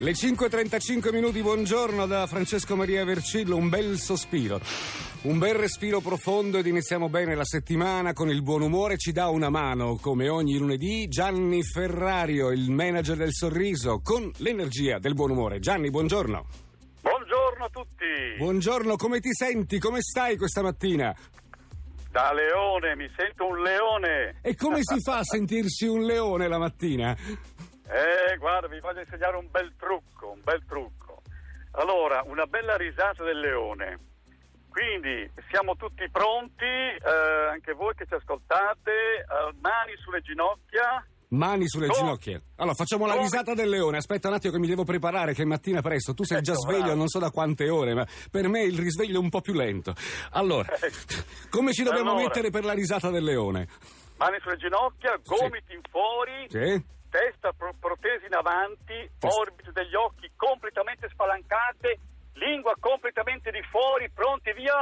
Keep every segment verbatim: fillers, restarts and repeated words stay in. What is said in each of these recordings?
Le cinque e trentacinque minuti, buongiorno da Francesco Maria Vercillo, un bel sospiro, un bel respiro profondo ed iniziamo bene la settimana con il buon umore. Ci dà una mano, come ogni lunedì, Gianni Ferrario, il manager del sorriso, con l'energia del buon umore. Gianni, buongiorno. Buongiorno a tutti. Buongiorno, come ti senti? Come stai questa mattina? Da leone, mi sento un leone. E come si fa a sentirsi un leone la mattina? Eh, guarda, vi voglio insegnare un bel trucco, un bel trucco. Allora, una bella risata del leone. Quindi siamo tutti pronti, eh, anche voi che ci ascoltate, eh, mani sulle ginocchia. Mani sulle Come? ginocchia. Allora, facciamo la Come? risata del leone. Aspetta un attimo che mi devo preparare, che è mattina presto. Tu sei Ecco, già sveglio, bravo. non so da quante ore, ma per me il risveglio è un po' più lento. Allora, come ci dobbiamo Allora. mettere per la risata del leone? Mani sulle ginocchia, gomiti in fuori, Sì? testa pro- protesi in avanti, Testa. orbite degli occhi completamente spalancate, lingua completamente di fuori, pronti via.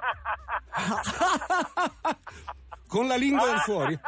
Con la lingua in fuori?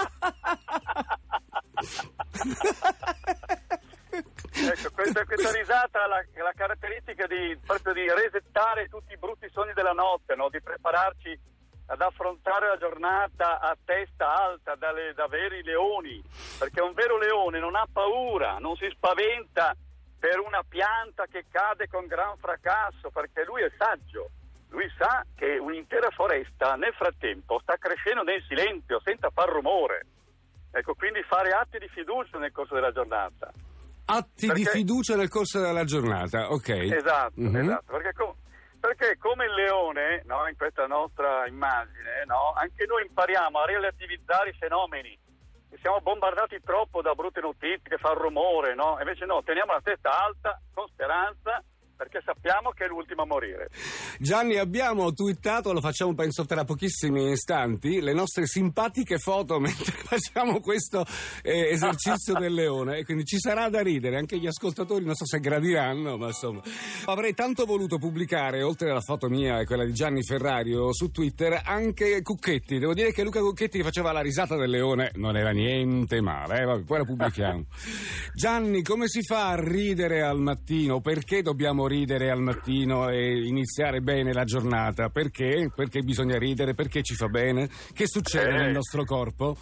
Ecco, questa, questa risata ha la, la caratteristica di proprio di resettare tutti i brutti sogni della notte, no? Di prepararci ad affrontare la giornata a testa alta dalle, da veri leoni, perché un vero leone non ha paura, non si spaventa per una pianta che cade con gran fracasso, perché lui è saggio, lui sa che un'intera foresta nel frattempo sta crescendo nel silenzio, senza far rumore. Ecco, quindi fare atti di fiducia nel corso della giornata. Atti Perché- di fiducia nel corso della giornata, ok. Esatto, Mhm. esatto, perché, com- perché come il leone, no, in questa nostra immagine, no, anche noi impariamo a relativizzare i fenomeni. Siamo bombardati troppo da brutte notizie che fanno rumore, no? Invece no, teniamo la testa alta, con speranza, perché sappiamo che è l'ultimo a morire. Gianni, abbiamo twittato, lo facciamo penso tra pochissimi istanti, le nostre simpatiche foto mentre facciamo questo eh, esercizio del leone, e quindi ci sarà da ridere, anche gli ascoltatori non so se gradiranno, ma insomma. Avrei tanto voluto pubblicare, oltre alla foto mia e quella di Gianni Ferrario su Twitter, anche Cucchetti. Devo dire che Luca Cucchetti faceva la risata del leone, non era niente male, eh? Vabbè, poi la pubblichiamo. Gianni, come si fa a ridere al mattino? Perché dobbiamo ridere al mattino e iniziare bene la giornata? Perché? Perché bisogna ridere? Perché ci fa bene? Che succede Eh. nel nostro corpo?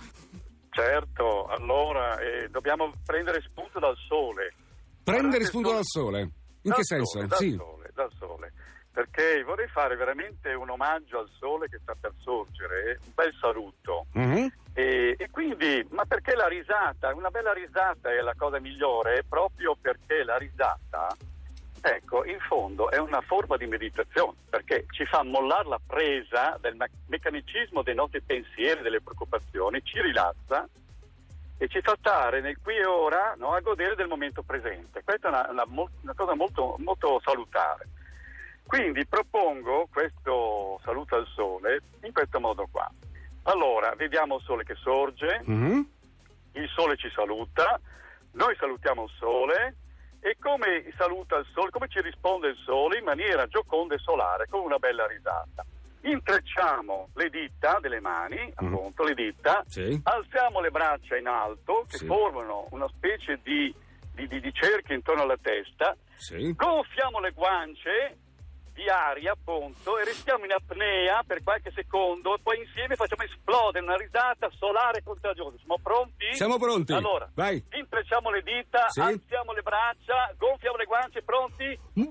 Certo, allora eh, dobbiamo prendere spunto dal sole. Prendere Guardate spunto sole- dal sole? In dal che sole, senso? Dal Sì. sole, dal sole. Perché vorrei fare veramente un omaggio al sole che sta per sorgere, un bel saluto. Mhm. E, e quindi, ma perché la risata, una bella risata è la cosa migliore, proprio perché la risata, ecco, in fondo è una forma di meditazione, perché ci fa mollare la presa del me- meccanicismo dei nostri pensieri, delle preoccupazioni, ci rilassa e ci fa stare nel qui e ora, no, a godere del momento presente. Questa è una, una mol- una cosa molto, molto salutare. Quindi propongo questo saluto al sole in questo modo qua. Allora, vediamo il sole che sorge, Mhm. il sole ci saluta, noi salutiamo il sole e come saluta il sole, come ci risponde il sole in maniera gioconda e solare, con una bella risata. Intrecciamo le dita delle mani, Mhm. appunto le dita, Sì. alziamo le braccia in alto che Sì. formano una specie di, di, di, di cerchio intorno alla testa, Sì. gonfiamo le guance di aria appunto e restiamo in apnea per qualche secondo e poi insieme facciamo esplodere una risata solare e contagiosa. Siamo pronti? Siamo pronti. Allora, Vai. intrecciamo le dita, Sì. alziamo le braccia, gonfiamo le guance, pronti? Mm.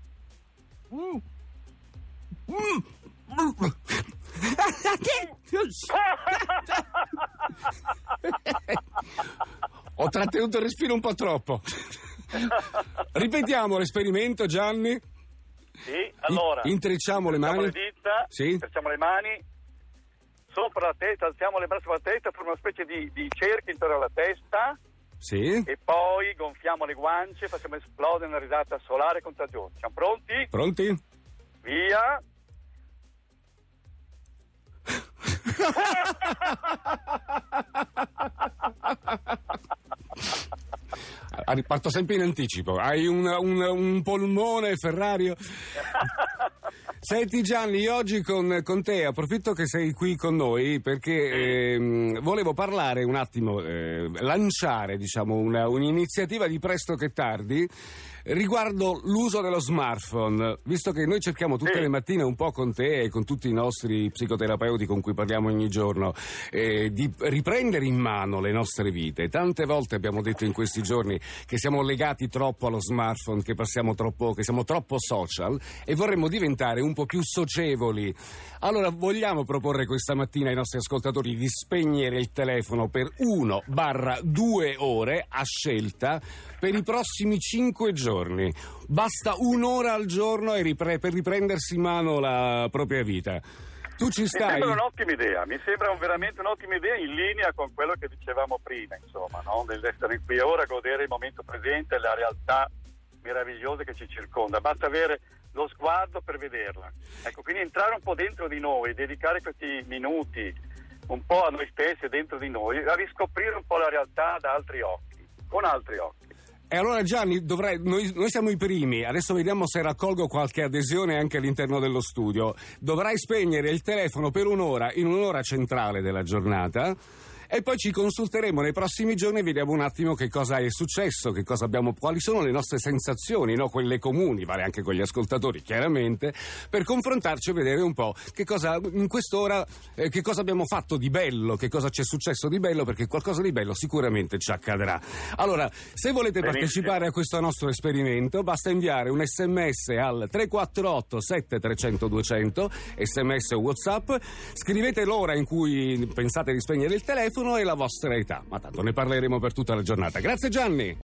Mm. Mm. Mm. Ho trattenuto il respiro un po' troppo. Ripetiamo l'esperimento, Gianni. Sì, allora. In- intrecciamo le mani. le dita, Sì. intrecciamo le mani, sopra la testa, alziamo le braccia sopra la testa, forma una specie di, di cerchio intorno alla testa Sì. e poi gonfiamo le guance, facciamo esplodere una risata solare e contagiosa. Siamo pronti? Pronti? Via! Ah, riparto sempre in anticipo. Hai un, un, un polmone, Ferrario. Senti Gianni, io oggi con, con te approfitto che sei qui con noi perché ehm, volevo parlare un attimo, eh, lanciare diciamo una, un'iniziativa di Presto che tardi riguardo l'uso dello smartphone, visto che noi cerchiamo tutte sì. le mattine un po' con te e con tutti i nostri psicoterapeuti con cui parliamo ogni giorno eh, di riprendere in mano le nostre vite. Tante volte abbiamo detto in questi giorni che siamo legati troppo allo smartphone, che passiamo troppo, che siamo troppo social e vorremmo diventare un po' più socievoli. Allora vogliamo proporre questa mattina ai nostri ascoltatori di spegnere il telefono per uno barra due ore a scelta per i prossimi cinque giorni. Basta un'ora al giorno e ripre- per riprendersi in mano la propria vita. Tu ci stai? Mi sembra un'ottima idea, mi sembra un, veramente un'ottima idea in linea con quello che dicevamo prima, insomma, no? Dell'essere qui ora, godere il momento presente, la realtà meravigliosa che ci circonda. Basta avere lo sguardo per vederla. Ecco, quindi entrare un po' dentro di noi, dedicare questi minuti un po' a noi stessi, dentro di noi, a riscoprire un po' la realtà da altri occhi, con altri occhi. E allora Gianni, dovrei, noi, noi siamo i primi, adesso vediamo se raccolgo qualche adesione anche all'interno dello studio. Dovrai spegnere il telefono per un'ora, in un'ora centrale della giornata, e poi ci consulteremo nei prossimi giorni e vediamo un attimo che cosa è successo, che cosa abbiamo, quali sono le nostre sensazioni, no? Quelle comuni, vale anche con gli ascoltatori chiaramente, per confrontarci e vedere un po' che cosa in quest'ora, eh, che cosa abbiamo fatto di bello, che cosa ci è successo di bello, perché qualcosa di bello sicuramente ci accadrà. Allora, se volete Benissimo. partecipare a questo nostro esperimento, basta inviare un sms al tre quattro otto sette tre zero zero due zero zero, sms o WhatsApp, scrivete l'ora in cui pensate di spegnere il telefono e la vostra età, ma tanto ne parleremo per tutta la giornata. Grazie Gianni.